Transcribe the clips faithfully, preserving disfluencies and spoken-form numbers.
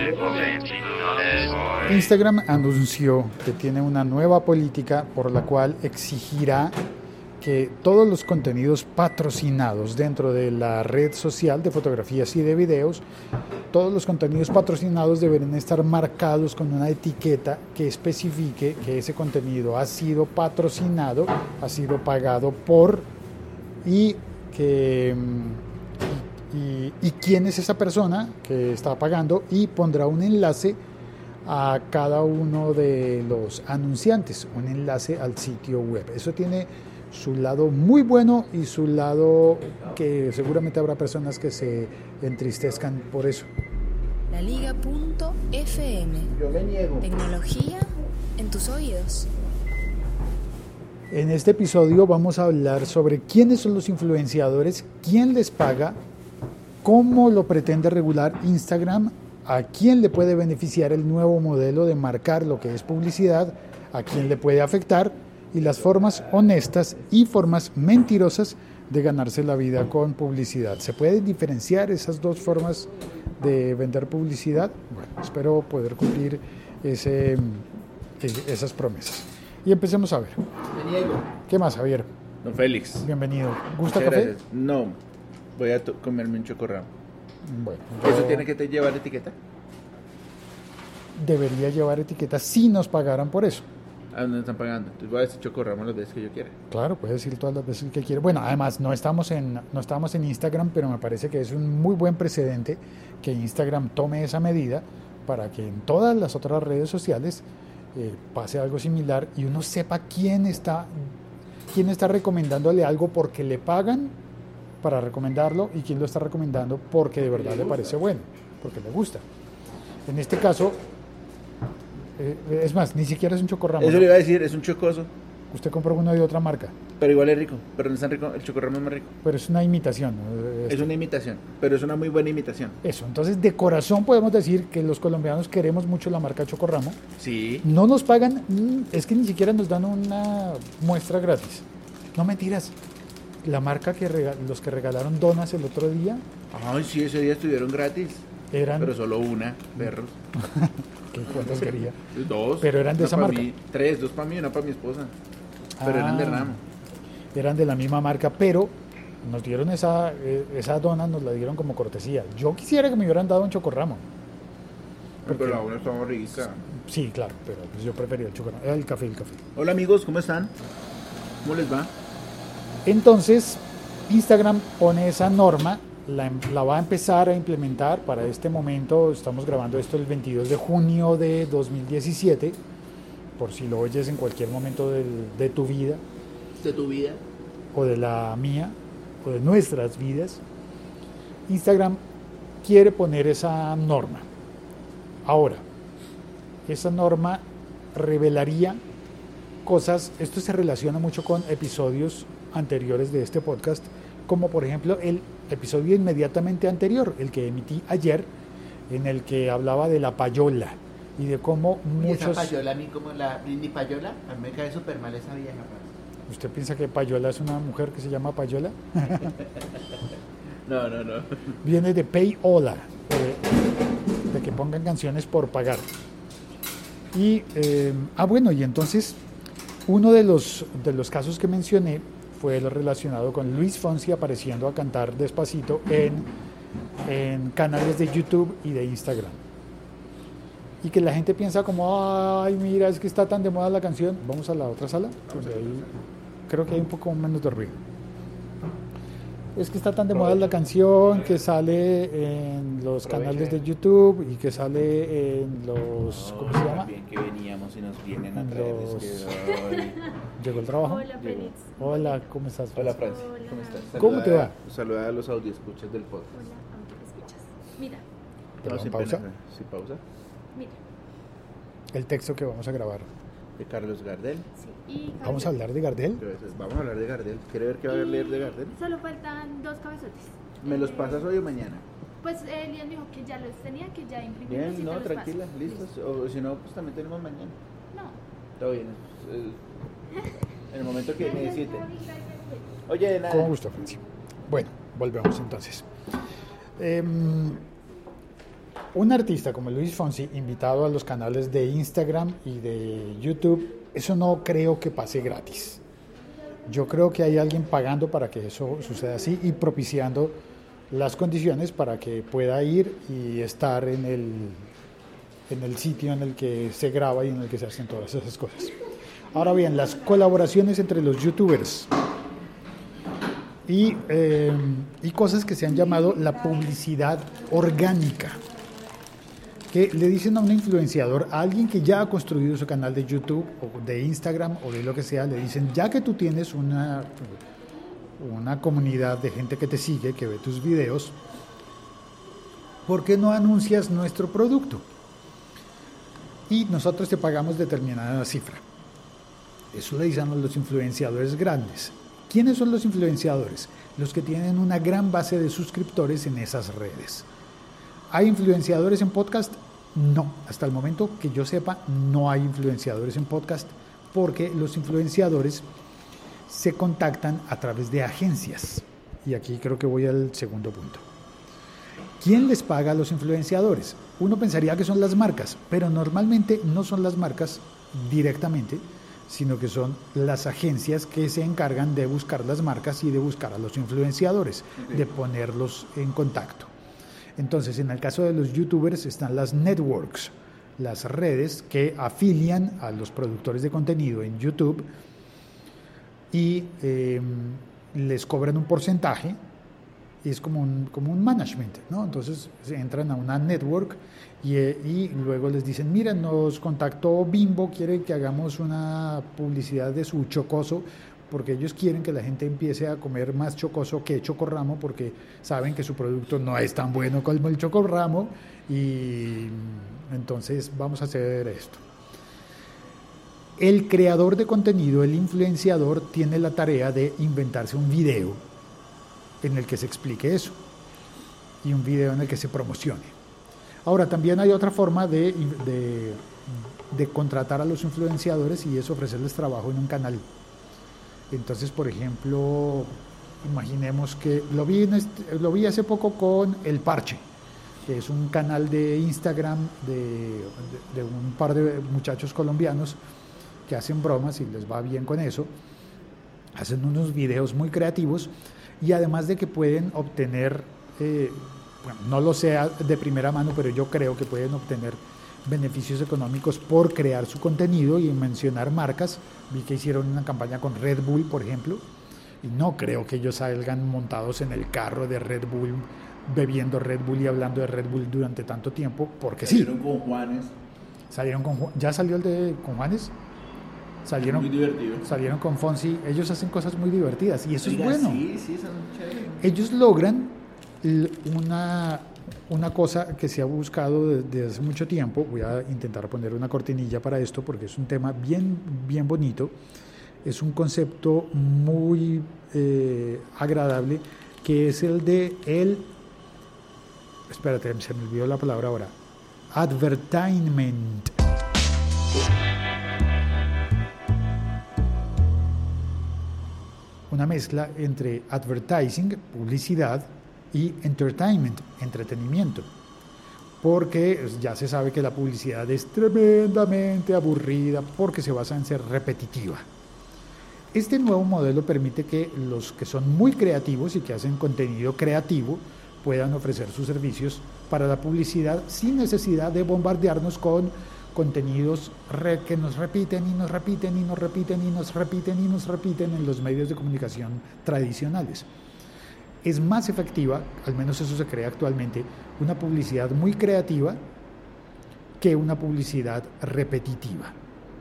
Instagram anunció que tiene una nueva política por la cual exigirá que todos los contenidos patrocinados dentro de la red social de fotografías y de videos, todos los contenidos patrocinados deberán estar marcados con una etiqueta que especifique que ese contenido ha sido patrocinado, ha sido pagado por y que y, y, y quién es esa persona que está pagando, y pondrá un enlace a cada uno de los anunciantes, un enlace al sitio web. Eso tiene su lado muy bueno y su lado que seguramente habrá personas que se entristezcan por eso. La Liga punto F M. Yo me niego. Tecnología en tus oídos. En este episodio vamos a hablar sobre quiénes son los influenciadores, quién les paga, cómo lo pretende regular Instagram, a quién le puede beneficiar el nuevo modelo de marcar lo que es publicidad, a quién le puede afectar, y las formas honestas y formas mentirosas de ganarse la vida con publicidad. ¿Se pueden diferenciar esas dos formas de vender publicidad? Bueno, espero poder cumplir ese, esas promesas. Y empecemos a ver. Me niego. ¿Qué más, Javier? Don Félix. Bienvenido. ¿Gusta Muchas café? gracias. No, voy a to- comerme un chocorramo. Bueno, ¿Eso yo tiene que te llevar etiqueta? debería llevar etiqueta si nos pagaran por eso. ¿A dónde están pagando? Entonces voy a decir chocorramo las veces que yo quiera. Claro, puede decir todas las veces que quiere. Bueno, además no estamos en no estamos en Instagram, pero me parece que es un muy buen precedente que Instagram tome esa medida para que en todas las otras redes sociales eh, pase algo similar y uno sepa quién está quién está recomendándole algo porque le pagan para recomendarlo y quién lo está recomendando porque de verdad le parece bueno, porque le gusta. En este caso, eh, es más, ni siquiera es un chocorramo. Eso ¿no? le iba a decir, es un chocoso, Usted compró uno de otra marca, pero igual es rico. Pero no es tan rico, el chocorramo es más rico. pero es una imitación. ¿no? Es una imitación, pero es una muy buena imitación. Eso, entonces de corazón podemos decir que los colombianos queremos mucho la marca Chocorramo. Sí. No nos pagan, mm, es que ni siquiera nos dan una muestra gratis. No mentiras. La marca que rega- los que regalaron donas el otro día Ay, sí, ese día estuvieron gratis. eran Pero solo una, perros. ¿qué cuántas quería? Dos. Pero eran de Una esa pa' marca. mí, tres, dos para mí y una para mi esposa. Pero eran de Ah, ramo. Eran de la misma marca, pero nos dieron esa eh, esa dona, nos la dieron como cortesía. Yo quisiera que me hubieran dado un Chocorramo. Pero la una estaba rica. Sí, claro, pero pues yo prefería el Chocorramo, el café, el café. Hola amigos, ¿cómo están? ¿Cómo les va? Entonces, Instagram pone esa norma, la, em- la va a empezar a implementar para este momento. Estamos grabando esto el veintidós de junio de dos mil diecisiete, por si lo oyes en cualquier momento del- de tu vida, De tu vida. o de la mía, o de nuestras vidas. Instagram quiere poner esa norma. Ahora, esa norma revelaría cosas, esto se relaciona mucho con episodios anteriores de este podcast, como por ejemplo el episodio inmediatamente anterior, el que emití ayer, en el que hablaba de la payola y de cómo Uy, esa muchos... payola, a mí como la Britney Payola, a mí me cae súper mal esa vieja. parce. ¿Usted piensa que payola es una mujer que se llama payola? No, no, no. Viene de payola, de, de que pongan canciones por pagar. Y, eh, ah bueno, y entonces uno de los, de los casos que mencioné fue lo relacionado con Luis Fonsi apareciendo a cantar Despacito en, en canales de YouTube y de Instagram. Y que la gente piensa como, ay, mira, es que está tan de moda la canción. Vamos a la otra sala, donde ahí creo que hay un poco menos de ruido. Es que está tan de moda la canción que sale en los canales de YouTube y que sale en los, ¿cómo se llama? Bien que veníamos y nos vienen a En traer. los- es que, ay. Llegó el trabajo. Hola, Félix. Hola, ¿cómo estás? Hola Francis? Franci, Hola. ¿cómo estás? ¿Cómo Saluda- te va? Saluda a los audioscuchas del podcast. Hola, aunque me escuchas. Mira, Perdón, No, sin pausa. pena, sin pausa. mira. El texto que vamos a grabar. De Carlos Gardel. Sí. Y ¿Vamos a hablar de Gardel? Entonces, vamos a hablar de Gardel. ¿Quiere ver qué va a leer de Gardel? Solo faltan dos cabezotes. ¿Me los Eh, pasas hoy o mañana? Pues eh, Elian dijo que ya los tenía, que ya imprimí. Bien, no, tranquila, listos. O si no, pues también tenemos mañana. No. Todo bien. eh, En el momento que necesite. Oye, de nada. Con gusto, Francis. Bueno, volvemos entonces. Em, Un artista como Luis Fonsi, invitado a los canales de Instagram y de YouTube, eso no creo que pase gratis. Yo creo que hay alguien pagando para que eso suceda así y propiciando las condiciones para que pueda ir y estar en el, en el sitio en el que se graba y en el que se hacen todas esas cosas. Ahora bien, las colaboraciones entre los youtubers y, eh, y cosas que se han llamado la publicidad orgánica, que le dicen a un influenciador, a alguien que ya ha construido su canal de YouTube o de Instagram o de lo que sea, le dicen, ya que tú tienes una, una comunidad de gente que te sigue, que ve tus videos, ¿por qué no anuncias nuestro producto? Y nosotros te pagamos determinada cifra. Eso le dicen a los influenciadores grandes. ¿Quiénes son los influenciadores? Los que tienen una gran base de suscriptores en esas redes. ¿Hay influenciadores en podcast? No, hasta el momento que yo sepa no hay influenciadores en podcast porque los influenciadores se contactan a través de agencias. Y aquí creo que voy al segundo punto. ¿Quién les paga a los influenciadores? Uno pensaría que son las marcas, pero normalmente no son las marcas directamente, sino que son las agencias que se encargan de buscar las marcas y de buscar a los influenciadores, okay, de ponerlos en contacto. Entonces, en el caso de los youtubers están las networks, las redes que afilian a los productores de contenido en YouTube y eh, les cobran un porcentaje, y es como un, como un management, ¿no? Entonces entran a una network y, y luego les dicen, mira, nos contactó Bimbo, quiere que hagamos una publicidad de su chocoso, porque ellos quieren que la gente empiece a comer más chocoso que chocorramo, porque saben que su producto no es tan bueno como el chocorramo, y entonces vamos a hacer esto. El creador de contenido, el influenciador, tiene la tarea de inventarse un video en el que se explique eso, y un video en el que se promocione. Ahora, también hay otra forma de, de, de contratar a los influenciadores, y es ofrecerles trabajo en un canal. Entonces, por ejemplo, imaginemos que lo vi, en este, lo vi hace poco con El Parche, que es un canal de Instagram de, de, de un par de muchachos colombianos que hacen bromas y les va bien con eso. Hacen unos videos muy creativos y además de que pueden obtener, eh, bueno, no lo sé de primera mano, pero yo creo que pueden obtener beneficios económicos por crear su contenido y mencionar marcas. Vi que hicieron una campaña con Red Bull, por ejemplo, y no creo que ellos salgan montados en el carro de Red Bull, bebiendo Red Bull y hablando de Red Bull durante tanto tiempo, porque salieron sí. con Juanes. Salieron con ¿Ya salió el de con Juanes? Salieron, muy divertido. Salieron con Fonsi. Ellos hacen cosas muy divertidas y eso Oiga, es bueno. Sí, sí, son chéveres. Ellos logran una, una cosa que se ha buscado desde hace mucho tiempo. Voy a intentar poner una cortinilla para esto porque es un tema bien, bien bonito. Es un concepto muy eh, agradable, que es el de el, espérate, se me olvidó la palabra ahora, advertisement. Una mezcla entre advertising, publicidad, y entertainment, entretenimiento, porque ya se sabe que la publicidad es tremendamente aburrida porque se basa en ser repetitiva. Este nuevo modelo permite que los que son muy creativos y que hacen contenido creativo puedan ofrecer sus servicios para la publicidad sin necesidad de bombardearnos con contenidos re, que nos repiten y nos repiten y nos repiten y nos repiten y nos repiten en los medios de comunicación tradicionales. Es más efectiva, al menos eso se cree actualmente, una publicidad muy creativa que una publicidad repetitiva.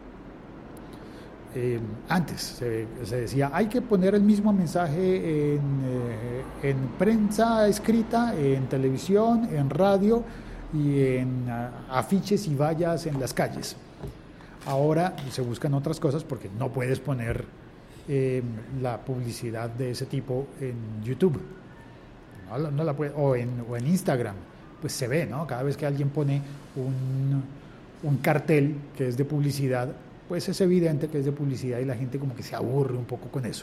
Eh, antes se, se decía, hay que poner el mismo mensaje en, eh, en prensa escrita, en televisión, en radio y en uh, afiches y vallas en las calles. Ahora se buscan otras cosas porque no puedes poner eh, la publicidad de ese tipo en YouTube, no, no la puede, o, en, o en Instagram, pues se ve, ¿no? Cada vez que alguien pone un, un cartel que es de publicidad, pues es evidente que es de publicidad y la gente como que se aburre un poco con eso.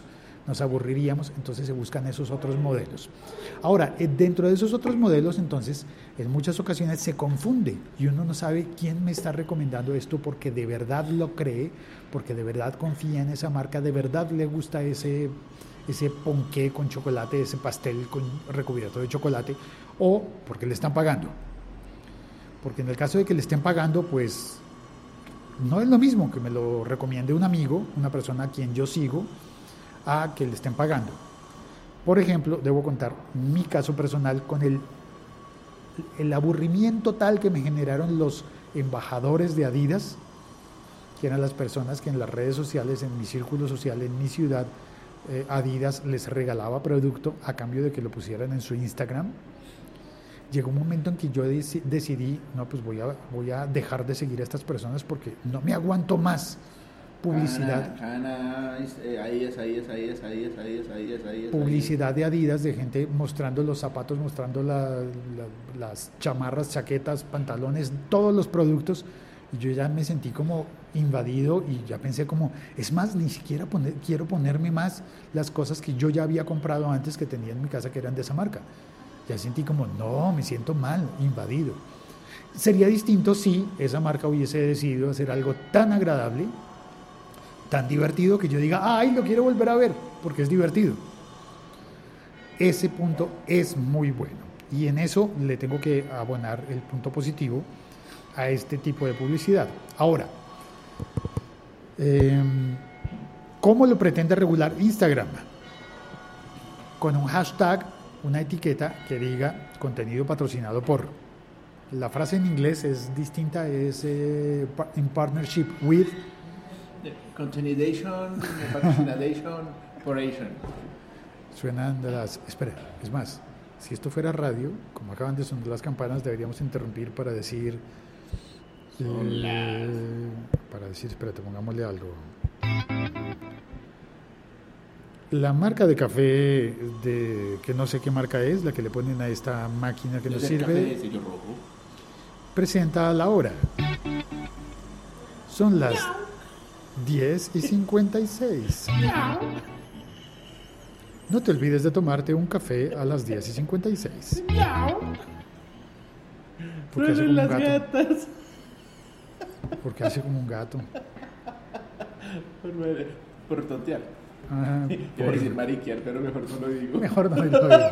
nos aburriríamos, entonces se buscan esos otros modelos. Ahora, eh, dentro de esos otros modelos, entonces, en muchas ocasiones se confunde y uno no sabe quién me está recomendando esto porque de verdad lo cree, porque de verdad confía en esa marca, de verdad le gusta ese, ese ponqué con chocolate, ese pastel con recubierto de chocolate, o porque le están pagando. Porque en el caso de que le estén pagando, pues no es lo mismo que me lo recomiende un amigo, una persona a quien yo sigo, a que le estén pagando. Por ejemplo, debo contar mi caso personal con el, el aburrimiento tal que me generaron los embajadores de Adidas, que eran las personas que en las redes sociales, en mi círculo social, en mi ciudad, eh, Adidas les regalaba producto a cambio de que lo pusieran en su Instagram. Llegó un momento en que yo dec- decidí, no, pues voy a, voy a dejar de seguir a estas personas porque no me aguanto más publicidad. Cana, cana, eh, ahí es, ahí es, ahí es, ahí es, ahí es, ahí es, ahí es. Publicidad de Adidas, de gente mostrando los zapatos, mostrando la, la, las chamarras, chaquetas, pantalones, todos los productos. Y yo ya me sentí como invadido y ya pensé como, es más, ni siquiera poner, quiero ponerme más las cosas que yo ya había comprado antes que tenía en mi casa que eran de esa marca. Ya sentí como, no, me siento mal, invadido. Sería distinto si esa marca hubiese decidido hacer algo tan agradable, tan divertido, que yo diga, ay, lo quiero volver a ver, porque es divertido. Ese punto es muy bueno. Y en eso le tengo que abonar el punto positivo a este tipo de publicidad. Ahora, eh, ¿cómo lo pretende regular Instagram? Con un hashtag, una etiqueta que diga contenido patrocinado por. La frase en inglés es distinta, es eh, in partnership with. Continuation, patrocination, operation. Suenan de las. Espera, es más, si esto fuera radio, como acaban de sonar las campanas, deberíamos interrumpir para decir. Eh, para decir, espérate, pongámosle algo. La marca de café, de que no sé qué marca es, la que le ponen a esta máquina que nos ¿Es el sirve, café de sello rojo? presenta la hora. Son las diez y cincuenta y seis. No te olvides de tomarte un café a las diez y cincuenta y seis. Porque hace como un las gato. gatas. Porque hace como un gato. Por, por tontear. Ajá, Iba a por- decir mariquear, pero mejor no lo digo. Mejor no lo digo.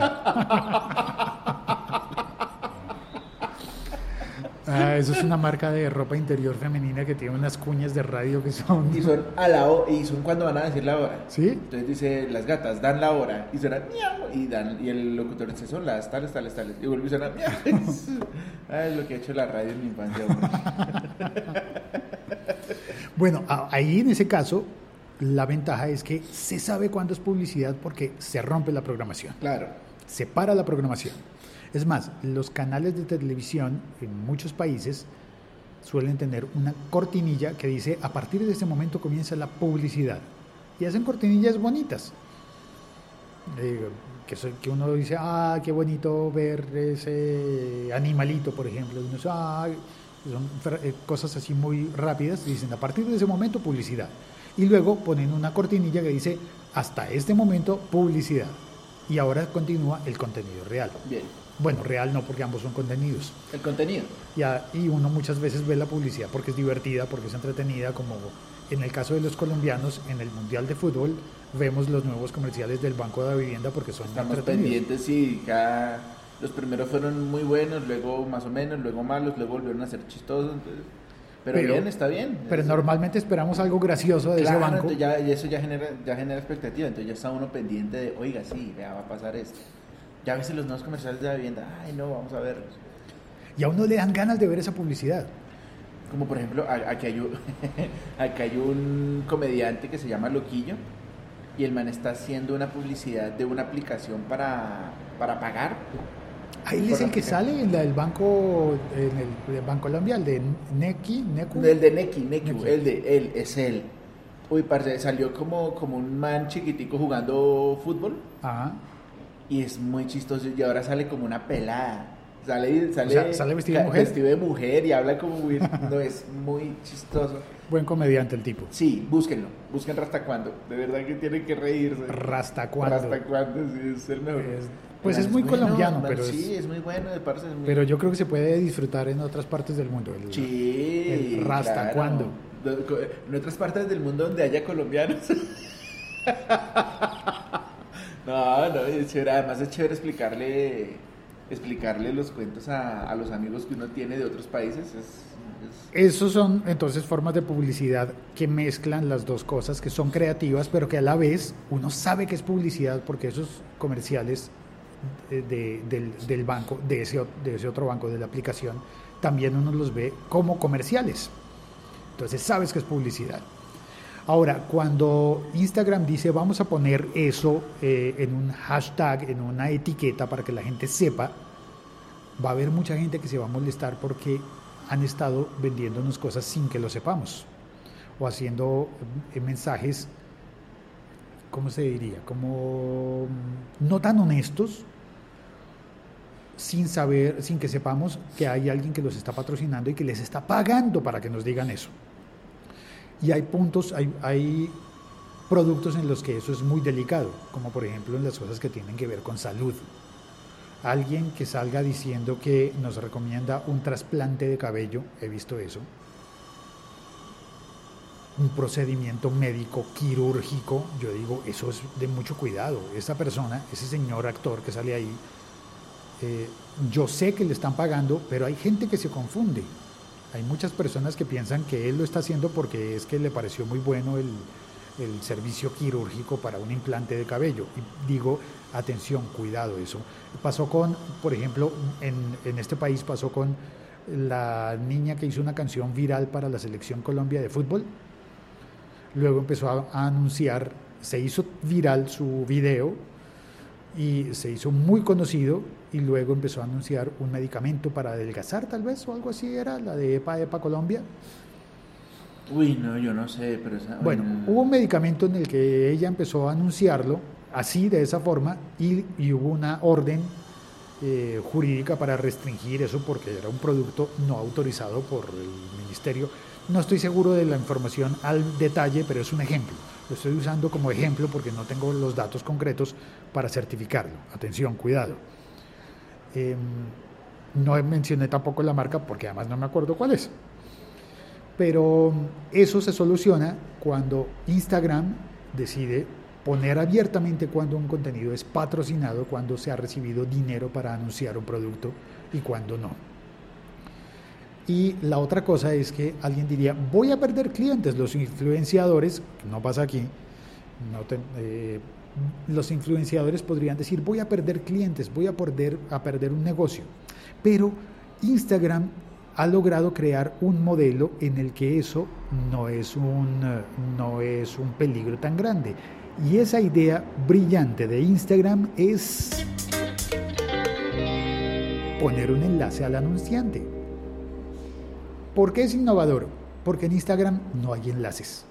Ah, eso es una marca de ropa interior femenina que tiene unas cuñas de radio que son. Y son a la hora, y son cuando van a decir la hora. ¿Sí? Entonces dice, las gatas dan la hora, y suena miau, y dan, y el locutor dice, son las tales, tales, tales, y vuelve a sonar miau. Ah, es lo que ha hecho la radio en mi infancia, hombre. Bueno, a- ahí en ese caso, la ventaja es que se sabe cuándo es publicidad porque se rompe la programación. Claro. Se para la programación. Es más, los canales de televisión en muchos países suelen tener una cortinilla que dice a partir de este momento comienza la publicidad. Y hacen cortinillas bonitas. Eh, que, soy- que uno dice, ah, qué bonito ver ese animalito, por ejemplo. Y uno dice, ah, son fra- eh, cosas así muy rápidas. Dicen, a partir de ese momento, publicidad. Y luego ponen una cortinilla que dice, hasta este momento, publicidad. Y ahora continúa el contenido real. Bien. Bueno, real no, porque ambos son contenidos. El contenido. Y, a- y uno muchas veces ve la publicidad porque es divertida, porque es entretenida, como en el caso de los colombianos, en el Mundial de Fútbol, vemos los nuevos comerciales del Banco de la Vivienda porque son Estamos entretenidos. pendientes y cada... Los primeros fueron muy buenos, luego más o menos, luego malos, luego volvieron a ser chistosos. Entonces... Pero, Pero- bien, está bien. Pero Es- normalmente esperamos algo gracioso de Claro, ese banco. entonces ya, y eso ya genera, ya genera expectativa, entonces ya está uno pendiente de, oiga, sí, vea, va a pasar esto. Ya a veces los nuevos comerciales de la vivienda, ay no, vamos a verlos. Y a uno le dan ganas de ver esa publicidad. Como por ejemplo, a- aquí hay un, aquí hay un comediante que se llama Loquillo y el man está haciendo una publicidad de una aplicación para, para pagar. Ahí él es el que sale en la del banco, en el, el Banco Colombia, el de Neki, Necu. El de Neki, Neki, Neki. el de él, es él. Uy, parce, salió como, como un man chiquitico jugando fútbol Ajá. y es muy chistoso y ahora sale como una pelada. Sale, sale, O sea, sale vestido de ca- mujer. vestido de mujer y habla como muy... No, es muy chistoso. Buen comediante el tipo. Sí, búsquenlo. Busquen Rasta Cuando. De verdad que tienen que reírse. Rasta Cuando. Rasta Cuando, sí, es el mejor. Es- pues Man, es muy bueno, colombiano, man, pero es- Sí, es muy bueno, de parce, es muy- Pero yo creo que se puede disfrutar en otras partes del mundo. El- Sí, el Rasta claro. Cuando. Do- co- En otras partes del mundo donde haya colombianos. No, no, es chévere. Además es chévere explicarle explicarle los cuentos a, a los amigos que uno tiene de otros países. Es, es- Esos son entonces formas de publicidad que mezclan las dos cosas, que son creativas, pero que a la vez uno sabe que es publicidad porque esos comerciales de- de- del, del banco, de ese, o- de ese otro banco, de la aplicación, también uno los ve como comerciales. Entonces sabes que es publicidad. Ahora, cuando Instagram dice vamos a poner eso eh, en un hashtag, en una etiqueta para que la gente sepa, va a haber mucha gente que se va a molestar porque han estado vendiéndonos cosas sin que lo sepamos o haciendo eh, mensajes, ¿cómo se diría? Como mm, no tan honestos, sin saber, sin que sepamos que hay alguien que los está patrocinando y que les está pagando para que nos digan eso. Y hay puntos, hay, hay productos en los que eso es muy delicado, como por ejemplo en las cosas que tienen que ver con salud. Alguien que salga diciendo que nos recomienda un trasplante de cabello, he visto eso, un procedimiento médico quirúrgico, yo digo, eso es de mucho cuidado. Esa persona, ese señor actor que sale ahí, eh, yo sé que le están pagando, pero hay gente que se confunde. Hay muchas personas que piensan que él lo está haciendo porque es que le pareció muy bueno el, el servicio quirúrgico para un implante de cabello. Y digo, atención, cuidado eso. Pasó con, por ejemplo, en, en este país pasó con la niña que hizo una canción viral para la Selección Colombia de fútbol. Luego empezó a, a anunciar, se hizo viral su video y se hizo muy conocido y luego empezó a anunciar un medicamento para adelgazar tal vez o algo así era, la de EPA EPA Colombia. Uy, no, yo no sé, pero... Esa, Bueno, uy, no. hubo un medicamento en el que ella empezó a anunciarlo así, de esa forma, y, y hubo una orden eh, jurídica para restringir eso porque era un producto no autorizado por el ministerio. No estoy seguro de la información al detalle, pero es un ejemplo. Lo estoy usando como ejemplo porque no tengo los datos concretos para certificarlo. Atención, cuidado. Eh, no mencioné tampoco la marca porque además no me acuerdo cuál es. Pero eso se soluciona cuando Instagram decide poner abiertamente cuando un contenido es patrocinado, cuando se ha recibido dinero para anunciar un producto y cuando no. Y la otra cosa es que alguien diría, voy a perder clientes. Los influenciadores, no pasa aquí, no te, eh, los influenciadores podrían decir, voy a perder clientes, voy a perder, a perder un negocio. Pero Instagram ha logrado crear un modelo en el que eso no es un, no es un peligro tan grande. Y esa idea brillante de Instagram es poner un enlace al anunciante. ¿Por qué es innovador? Porque en Instagram no hay enlaces.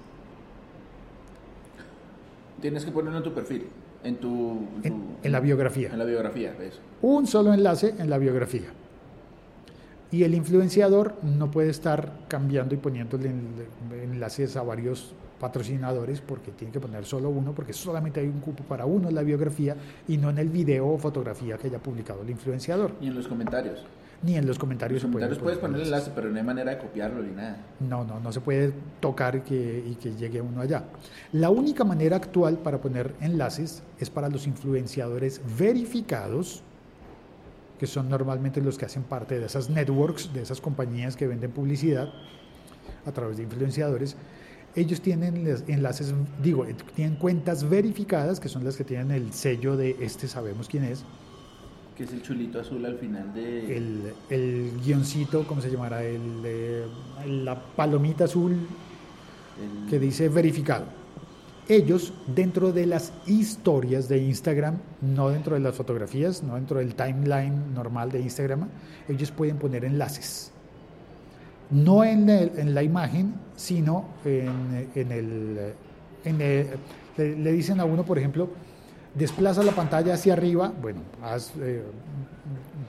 Tienes que ponerlo en tu perfil, en tu... En, En, tu- en la biografía. En la biografía, eso. Un solo enlace en la biografía. Y el influenciador no puede estar cambiando y poniéndole en- enlaces a varios patrocinadores porque tiene que poner solo uno, porque solamente hay un cupo para uno en la biografía y no en el video o fotografía que haya publicado el influenciador. Y en los comentarios. Ni en los En los comentarios se comentarios puedes poner el enlaces. enlace, pero no hay manera de copiarlo ni nada. No, no, no se puede tocar y que, y que llegue uno allá. La única manera actual para poner enlaces es para los influenciadores verificados, que son normalmente los que hacen parte de esas networks, de esas compañías que venden publicidad a través de influenciadores. Ellos tienen les- enlaces, digo, eh, tienen cuentas verificadas, que son las que tienen el sello de este sabemos quién es, Que es el chulito azul al final de... el, el guioncito, ¿cómo se llamará? El, eh, la palomita azul el- que dice verificado. Ellos, dentro de las historias de Instagram, no dentro de las fotografías, no dentro del timeline normal de Instagram, ellos pueden poner enlaces. No en, el- en la imagen, sino en, en el... En el le, le dicen a uno, por ejemplo, desplaza la pantalla hacia arriba, bueno, haz, eh,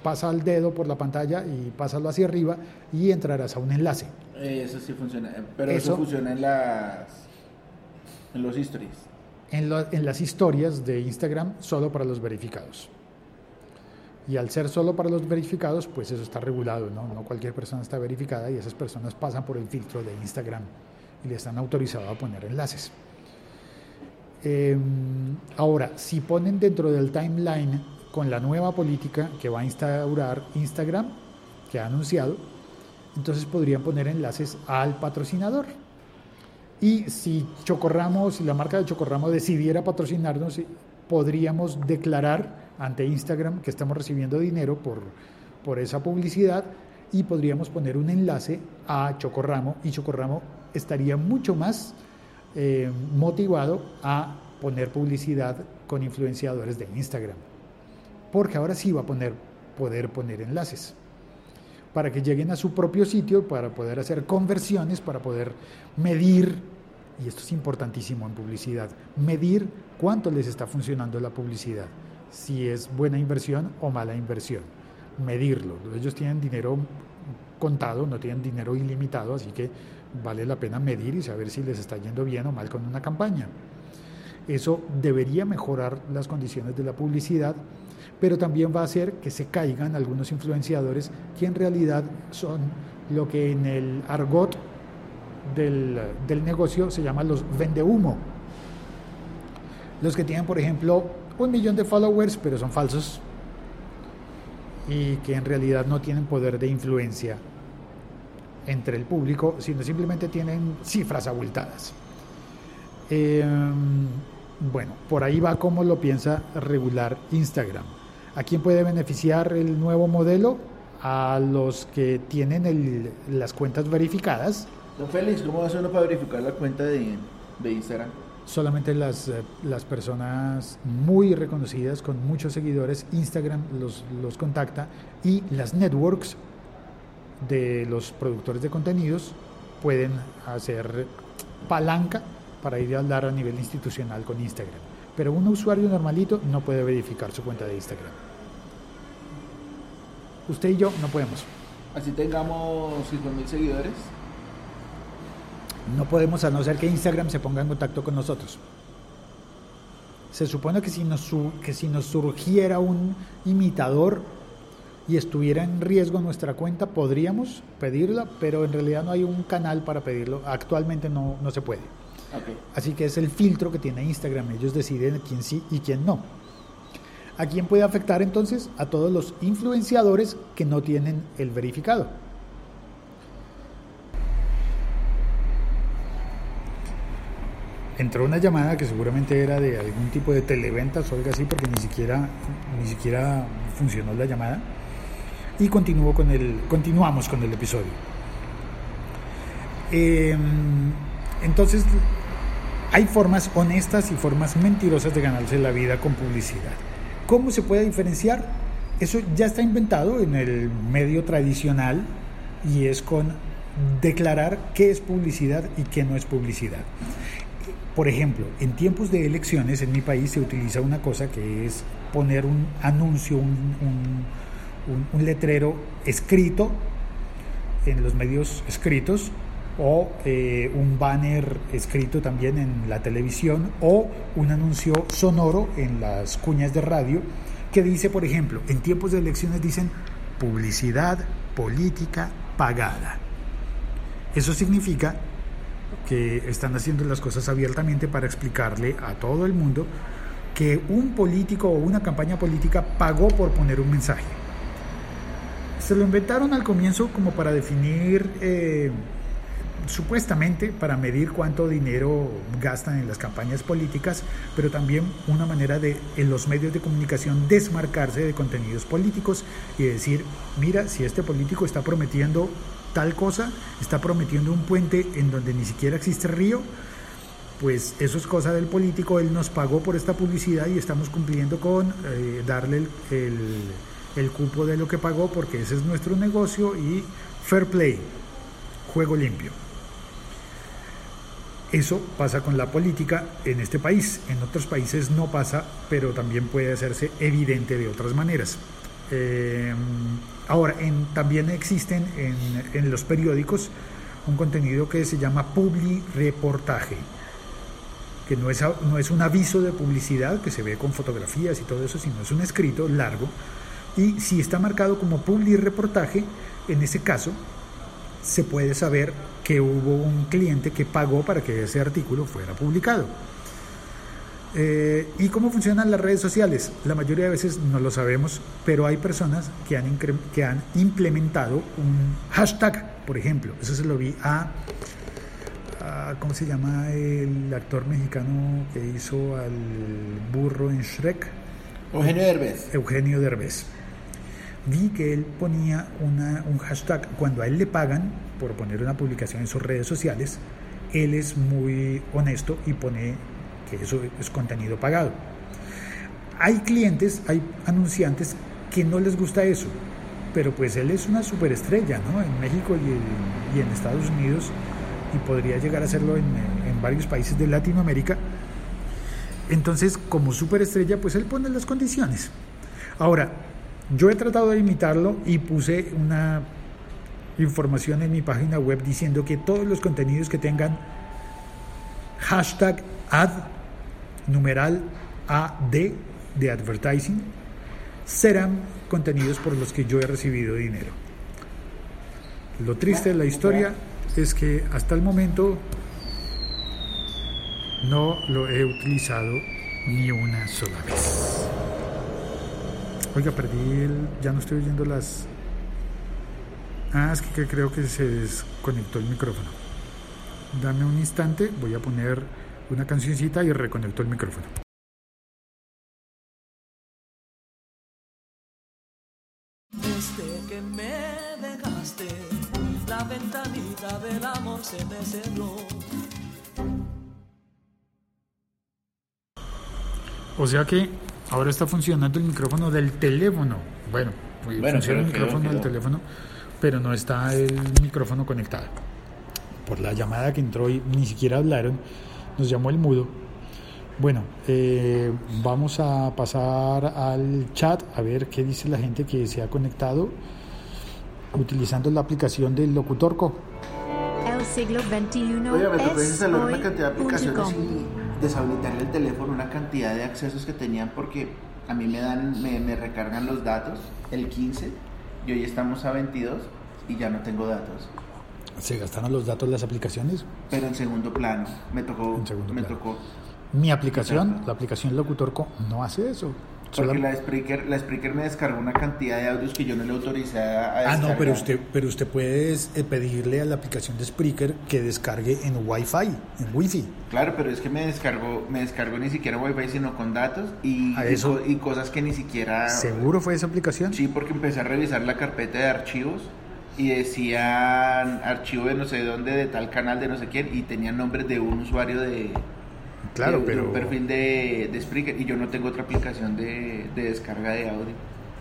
pasa el dedo por la pantalla y pásalo hacia arriba y entrarás a un enlace. Eh, eso sí funciona, pero eso, Eso- funciona en las en los stories. En, lo- en las historias de Instagram solo para los verificados. Y al ser solo para los verificados, pues eso está regulado, ¿no? No cualquier persona está verificada y esas personas pasan por el filtro de Instagram y le están autorizados a poner enlaces. Eh, ahora, si ponen dentro del timeline con la nueva política que va a instaurar Instagram, que ha anunciado, entonces podrían poner enlaces al patrocinador. Y si Chocorramo, si la marca de Chocorramo decidiera patrocinarnos, podríamos declarar ante Instagram que estamos recibiendo dinero por, por esa publicidad y podríamos poner un enlace a Chocorramo y Chocorramo estaría mucho más eh, motivado a poner publicidad con influenciadores de Instagram, porque ahora sí va a poner, poder poner enlaces para que lleguen a su propio sitio, para poder hacer conversiones, para poder medir, y esto es importantísimo en publicidad, medir cuánto les está funcionando la publicidad, si es buena inversión o mala inversión, medirlo. Ellos tienen dinero contado, no tienen dinero ilimitado, así que vale la pena medir y saber si les está yendo bien o mal con una campaña. Eso debería mejorar las condiciones de la publicidad, pero también va a hacer que se caigan algunos influenciadores que en realidad son lo que en el argot del, del negocio se llama los vendehumo. Los que tienen, por ejemplo, un millón de followers, pero son falsos y que en realidad no tienen poder de influencia entre el público, sino simplemente tienen cifras abultadas. Eh, bueno, por ahí va cómo lo piensa regular Instagram. ¿A quién puede beneficiar el nuevo modelo? A los que tienen el, las cuentas verificadas. Don Félix, ¿cómo hace uno para verificar la cuenta de, de Instagram? Solamente las, eh, las personas muy reconocidas, con muchos seguidores, Instagram los, los contacta, y las networks de los productores de contenidos pueden hacer palanca para ir a hablar a nivel institucional con Instagram. Pero un usuario normalito no puede verificar su cuenta de Instagram. Usted y yo no podemos. Así tengamos cinco mil seguidores. No podemos, a no ser que Instagram se ponga en contacto con nosotros. Se supone que si nos, su- que si nos surgiera un imitador y estuviera en riesgo nuestra cuenta, podríamos pedirla, pero en realidad no hay un canal para pedirlo. Actualmente no, no se puede. Okay. Así que es el filtro que tiene Instagram. Ellos deciden quién sí y quién no. ¿A quién puede afectar entonces? A todos los influenciadores que no tienen el verificado. Entró una llamada que seguramente era de algún tipo de televentas o algo así, porque ni siquiera, ni siquiera funcionó la llamada. Y continuó con el, continuamos con el episodio. Eh, entonces, hay formas honestas y formas mentirosas de ganarse la vida con publicidad. ¿Cómo se puede diferenciar? Eso ya está inventado en el medio tradicional y es con declarar qué es publicidad y qué no es publicidad. Por ejemplo, en tiempos de elecciones en mi país se utiliza una cosa que es poner un anuncio, un, un, un, un letrero escrito en los medios escritos, o eh, un banner escrito también en la televisión, o un anuncio sonoro en las cuñas de radio que dice, por ejemplo, en tiempos de elecciones dicen publicidad política pagada. Eso significa que están haciendo las cosas abiertamente para explicarle a todo el mundo que un político o una campaña política pagó por poner un mensaje. Se lo inventaron al comienzo como para definir, eh, supuestamente para medir cuánto dinero gastan en las campañas políticas, pero también una manera de, en los medios de comunicación, desmarcarse de contenidos políticos y decir, mira, si este político está prometiendo tal cosa, está prometiendo un puente en donde ni siquiera existe río, pues eso es cosa del político, él nos pagó por esta publicidad y estamos cumpliendo con eh, darle el, el, el cupo de lo que pagó, porque ese es nuestro negocio, y fair play, juego limpio. Eso pasa con la política en este país. En otros países no pasa, pero también puede hacerse evidente de otras maneras. Eh, ahora, en, también existen en, en los periódicos un contenido que se llama publireportaje, que no es, no es un aviso de publicidad que se ve con fotografías y todo eso, sino es un escrito largo. Y si está marcado como publireportaje, en ese caso se puede saber que hubo un cliente que pagó para que ese artículo fuera publicado. Eh, ¿Y cómo funcionan las redes sociales? La mayoría de veces no lo sabemos, pero hay personas que han, incre- que han implementado un hashtag, por ejemplo. Eso se lo vi a, a, ¿cómo se llama el actor mexicano que hizo al burro en Shrek? Eugenio Derbez. Eugenio Derbez. Vi que él ponía una, un hashtag. Cuando a él le pagan por poner una publicación en sus redes sociales, él es muy honesto y pone que eso es contenido pagado. Hay clientes, hay anunciantes que no les gusta eso, pero pues él es una superestrella, ¿no? En México y, y en Estados Unidos, y podría llegar a hacerlo en, en varios países de Latinoamérica. Entonces, como superestrella, pues él pone las condiciones. Ahora, yo he tratado de imitarlo y puse una información en mi página web diciendo que todos los contenidos que tengan hashtag ad, numeral A D de advertising, serán contenidos por los que yo he recibido dinero. Lo triste de la historia es que hasta el momento no lo he utilizado ni una sola vez. Oiga, perdí el... ya no estoy oyendo las... Ah, es que creo que se desconectó el micrófono. Dame un instante, voy a poner una cancioncita y reconecto el micrófono. Desde que me dejaste, la ventanita del amor se me cerró. O sea que ahora está funcionando el micrófono del teléfono. Bueno, Bueno, funciona el pero micrófono quedó, del quedó. teléfono, pero no está el micrófono conectado. Por la llamada que entró y ni siquiera hablaron, nos llamó el mudo. Bueno, eh, vamos a pasar al chat a ver qué dice la gente que se ha conectado utilizando la aplicación del Locutorco. El siglo veintiuno Oye, me tocó es instalar una hoy cantidad de punto aplicaciones com. y deshabilitarle el teléfono una cantidad de accesos que tenían porque a mí me dan, me, me recargan los datos el quince y hoy estamos a veintidós y ya no tengo datos. ¿Se gastaron los datos de las aplicaciones? Pero en segundo plano, me tocó, En segundo me plano. tocó. Mi aplicación, Exacto. la aplicación Locutorco, no hace eso. Porque Solam- la Spreaker, la Spreaker me descargó una cantidad de audios que yo no le autoricé a, a Ah, descargar. no, pero usted, pero usted puede eh, pedirle a la aplicación de Spreaker que descargue en Wi-Fi, en Wi-Fi. Claro, pero es que me descargó, me descargó ni siquiera Wi-Fi, sino con datos y, ¿A y eso? co- y cosas que ni siquiera... ¿Seguro fue esa aplicación? Sí, porque empecé a revisar la carpeta de archivos y decían archivo de no sé dónde, de tal canal, de no sé quién, y tenían nombres de un usuario de, Claro, de, pero... de un perfil de, de Spreaker, y yo no tengo otra aplicación de, de descarga de audio.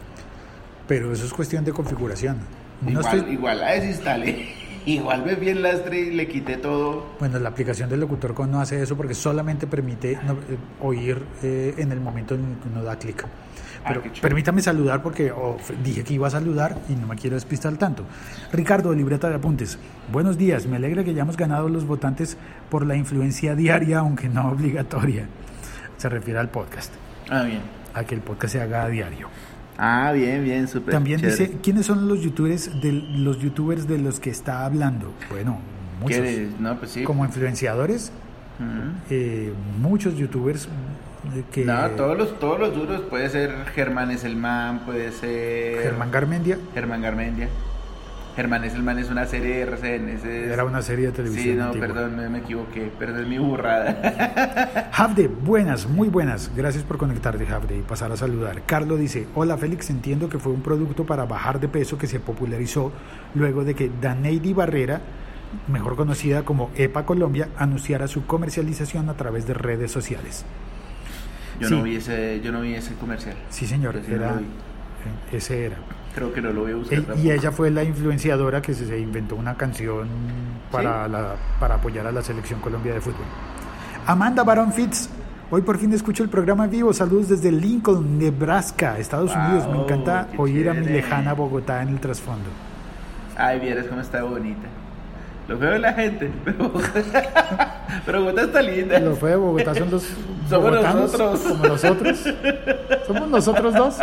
Pero eso es cuestión de configuración. No igual, estoy- igual la desinstalé, igual me vi el lastre y le quité todo. Bueno, la aplicación del Locutorco no hace eso porque solamente permite no, eh, oír eh, en el momento en que uno da clic. Pero Ah, qué chévere. permítame saludar porque oh, dije que iba a saludar y no me quiero despistar tanto. Ricardo, de Libreta de Apuntes. Buenos días, me alegra que hayamos ganado los votantes por la influencia diaria, aunque no obligatoria. Se refiere al podcast, Ah, bien. a que el podcast se haga a diario. Ah, bien, bien, súper. También chévere. dice, ¿quiénes son los youtubers de los youtubers de los que está hablando? Bueno, muchos. ¿Quieres? No, pues sí. Como influenciadores, Ujú. eh, muchos youtubers eh, que No, todos los, todos los duros. Puede ser Germán Esselman, puede ser... Germán Garmendia Germán Garmendia. Germán Esselman es una serie de R C N. ese es- era una serie de televisión Sí, no, antigua. perdón, me, me equivoqué. Perdón mi burrada. Javde, buenas, muy buenas. Gracias por conectarte, Javde, y pasar a saludar. Carlos dice, hola Félix, entiendo que fue un producto para bajar de peso que se popularizó luego de que Daneidi Barrera, mejor conocida como EPA Colombia, anunciara su comercialización a través de redes sociales. Yo, Sí. no vi ese, yo no vi ese comercial. Sí, señor, Yo sí no era, lo vi. eh, ese era. Creo que no lo voy a buscar Ell- tampoco. y ella fue la influenciadora que se, se inventó una canción para, ¿Sí? la, para apoyar a la selección Colombia de fútbol. Amanda Baron Fitz, Hoy por fin escucho el programa en vivo. Saludos desde Lincoln, Nebraska, Estados Wow, Unidos. Me encanta qué oír a mi chévere. lejana Bogotá en el trasfondo. Ay, vieras cómo está bonita. Lo veo la gente, pero Bogotá, pero Bogotá está linda. Lo feo de Bogotá son los Somos bogotanos, nosotros. como nosotros. Somos nosotros dos.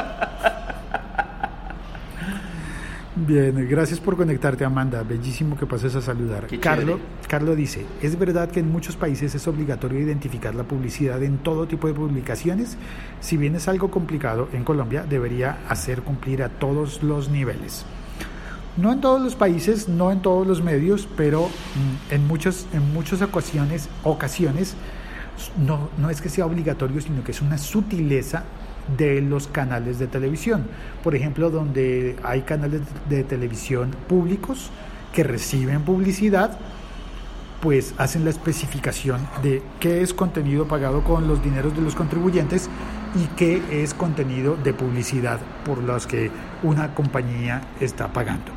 Bien, gracias por conectarte, Amanda. Bellísimo que pases a saludar. Qué Carlo, chévere. Carlo dice, ¿es verdad que en muchos países es obligatorio identificar la publicidad en todo tipo de publicaciones? Si bien es algo complicado, en Colombia debería hacer cumplir a todos los niveles. No en todos los países, no en todos los medios, pero mm, en muchas, en muchas ocasiones, ocasiones no, no es que sea obligatorio, sino que es una sutileza de los canales de televisión. Por ejemplo, donde hay canales de televisión públicos que reciben publicidad, pues hacen la especificación de qué es contenido pagado con los dineros de los contribuyentes y qué es contenido de publicidad por los que una compañía está pagando.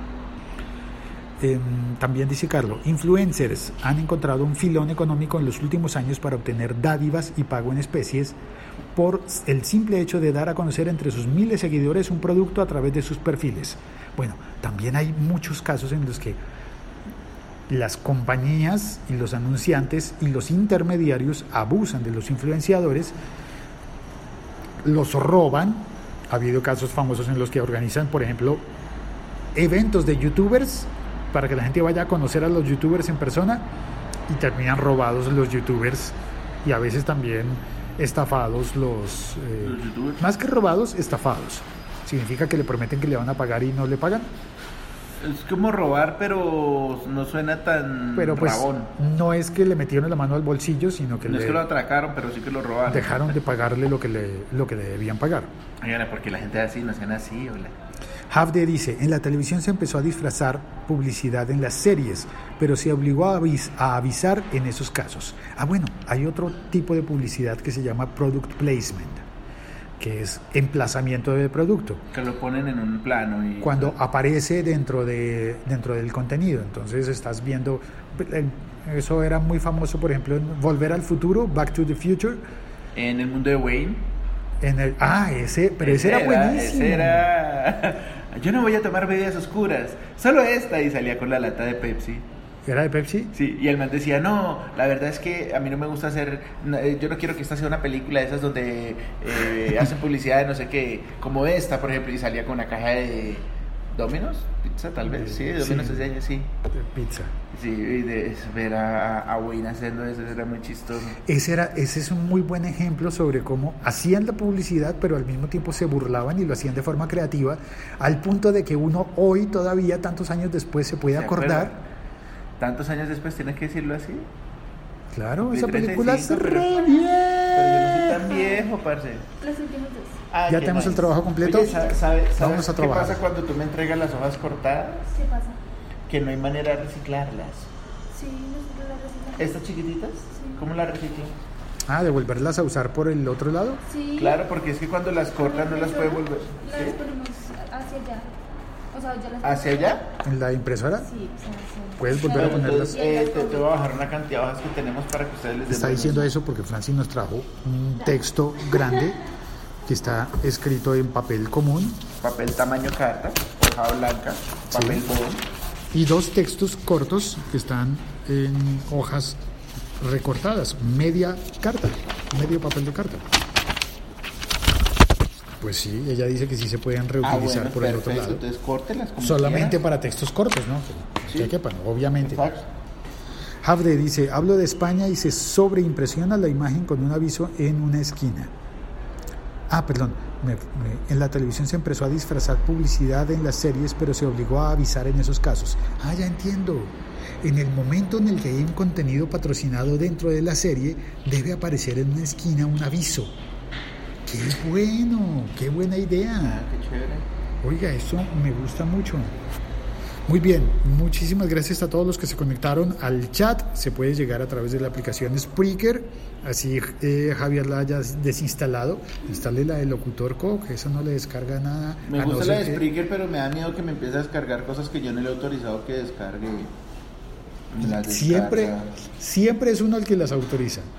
Eh, también dice Carlos, influencers han encontrado un filón económico en los últimos años para obtener dádivas y pago en especies por el simple hecho de dar a conocer entre sus miles de seguidores un producto a través de sus perfiles. Bueno, también hay muchos casos en los que las compañías y los anunciantes y los intermediarios abusan de los influenciadores, los roban. Ha habido casos famosos en los que organizan, por ejemplo, eventos de youtubers para que la gente vaya a conocer a los youtubers en persona y terminan robados los youtubers y a veces también estafados los, eh, Los youtubers. más que robados, estafados. Significa que le prometen que le van a pagar y no le pagan. Es como robar, pero no suena tan Pero pues rabón. no es que le metieron la mano al bolsillo, sino que No le es que lo atracaron, pero sí que lo robaron. dejaron de pagarle lo que le, lo que le debían pagar. Oigan, porque la gente es así, no sean así, hola. Havde dice, en la televisión se empezó a disfrazar publicidad en las series, pero se obligó a, avis- a avisar en esos casos. Ah, bueno, hay otro tipo de publicidad que se llama product placement, que es emplazamiento de producto, Que lo ponen en un plano y... cuando aparece dentro, de, dentro del contenido. Entonces estás viendo, eh, eso era muy famoso, por ejemplo, en Volver al Futuro, Back to the Future. En el mundo de Wayne. En el, ah, ese, pero ese, era buenísimo. Ese era... Yo no voy a tomar bebidas oscuras, solo esta, y salía con la lata de Pepsi. ¿Era de Pepsi? Sí, y el man decía, no, la verdad es que a mí no me gusta hacer, no, eh, yo no quiero que esta sea una película de esas donde eh, hacen publicidad de no sé qué, como esta, por ejemplo, y salía con una caja de Domino's, pizza tal vez, sí, de Domino's Sí. es de ella, sí. De pizza. Sí, y de ver a, a Wayne haciendo eso era muy chistoso. Ese, era, ese es un muy buen ejemplo sobre cómo hacían la publicidad, pero al mismo tiempo se burlaban y lo hacían de forma creativa, al punto de que uno hoy todavía, tantos años después, se puede ¿Se acordar. acuerda? Tantos años después, ¿tienes que decirlo así? Claro, Cumplí esa película es treinta y cinco, re pero- bien. Pero yo no soy tan viejo, parce. Los últimos dos. Ah, ¿Ya qué tenemos el nice. trabajo completo? Oye, ¿sabe- sabe- Vamos ¿sabes a qué trabajar. pasa cuando tú me entregas las hojas cortadas? ¿Qué pasa? Que no hay manera de reciclarlas. Sí, nosotros las reciclamos. ¿Estas chiquititas? Sí. ¿Cómo las reciclan? Ah, devolverlas a usar por el otro lado. Sí. Claro, porque es que cuando las cortan no las puede volver. Las ¿Sí? ponemos hacia allá. O sea, ya las ¿Hacia allá? En la impresora. Sí, o sea, hacia- Puedes volver a Bueno, ponerlas. entonces eh, te, te voy a bajar una cantidad de hojas que tenemos para que ustedes les den Está buenos- diciendo eso porque Francis nos trajo un texto grande que está escrito en papel común papel tamaño carta, hoja blanca, papel Sí. bond. y dos textos cortos que están en hojas recortadas, media carta, medio papel de carta. Pues sí, ella dice que sí se pueden Ah, reutilizar bueno, por el otro perfecto, lado. entonces córtelas como Solamente quieran. para textos cortos, ¿no? Que, Sí. que quepan, obviamente. Exacto. Havde dice, hablo de España y se sobreimpresiona la imagen con un aviso en una esquina. Ah, perdón, me- me- en la televisión se empezó a disfrazar publicidad en las series, pero se obligó a avisar en esos casos. Ah, ya entiendo. En el momento en el que hay un contenido patrocinado dentro de la serie, debe aparecer en una esquina un aviso. ¡Qué bueno! ¡Qué buena idea! Ah, qué chévere. Oiga, eso me gusta mucho. Muy bien, muchísimas gracias a todos los que se conectaron al chat. Se puede llegar a través de la aplicación Spreaker. Así eh, Javier la haya desinstalado. Instale la de Locutor Co, que eso no le descarga nada. Me a no gusta la ser de que- Spreaker, pero me da miedo que me empiece a descargar cosas que yo no le he autorizado que descargue. Me las Siempre, descarga. siempre es uno el que las autoriza.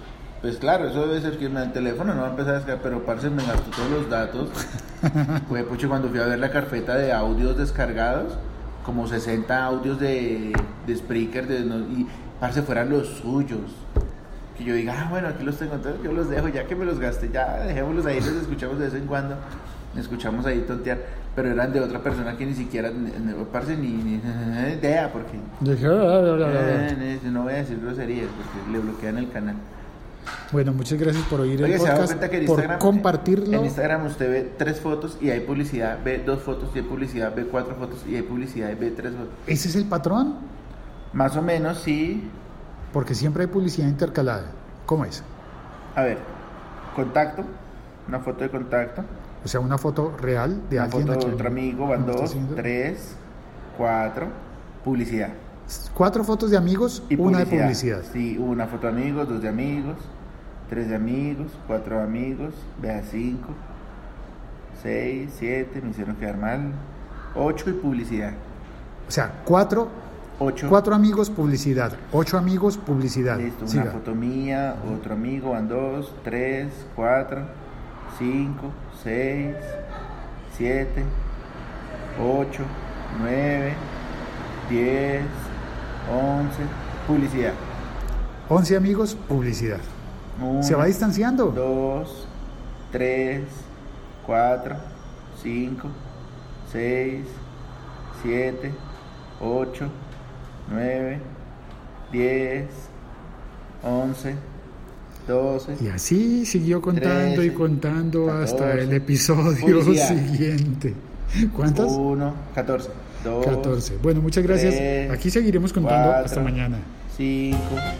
Pues claro, eso debe ser que el teléfono no va a empezar a descargar, pero parce me gastó todos los datos. Pues pucho, cuando fui a ver la carpeta de audios descargados, como sesenta audios de, de Spreaker, de, no, y parce fueran los suyos. Que yo diga, ah, bueno, aquí los tengo, entonces yo los dejo, ya que me los gasté, ya dejémoslos ahí, los escuchamos de vez en cuando, escuchamos ahí tontear, pero eran de otra persona que ni siquiera, parce, ni, ni idea, porque eh, no voy a decir groserías, porque le bloquean el canal. Bueno, muchas gracias por oír Oye, el ¿se da podcast, cuenta que en por Instagram, compartirlo. En Instagram usted ve tres fotos y hay publicidad, ve dos fotos y hay publicidad, ve cuatro fotos y hay publicidad y ve tres fotos. ¿Ese es el patrón? Más o menos, sí. Porque siempre hay publicidad intercalada. ¿Cómo es? A ver, contacto, una foto de contacto. O sea, una foto real de Una alguien. foto a de quien otro amigo, van uno está dos, haciendo. tres, cuatro, publicidad. Cuatro fotos de amigos, Y una de publicidad. Sí, una foto de amigos, dos de amigos, tres de amigos, cuatro de amigos, vea cinco, seis, siete, me hicieron quedar mal, ocho y publicidad. O sea, cuatro, Ocho. cuatro amigos, publicidad. Ocho amigos, publicidad. Listo, Siga. una foto mía, otro amigo, van dos, tres, cuatro, cinco, seis, siete, ocho, nueve, diez, once, publicidad. Once amigos, publicidad. Uno, Se va distanciando. dos, tres, cuatro, cinco, seis, siete, ocho, nueve, diez, once, doce. Y así siguió contando y trece, contando hasta catorce, el episodio publicidad. siguiente. ¿Cuántas? uno, catorce, dos, catorce. Bueno, muchas gracias. tres, Aquí seguiremos contando cuatro, hasta mañana. cinco.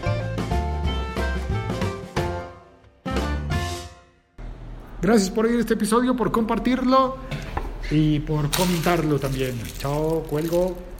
Gracias por oír este episodio, por compartirlo y por comentarlo también. Chao, cuelgo.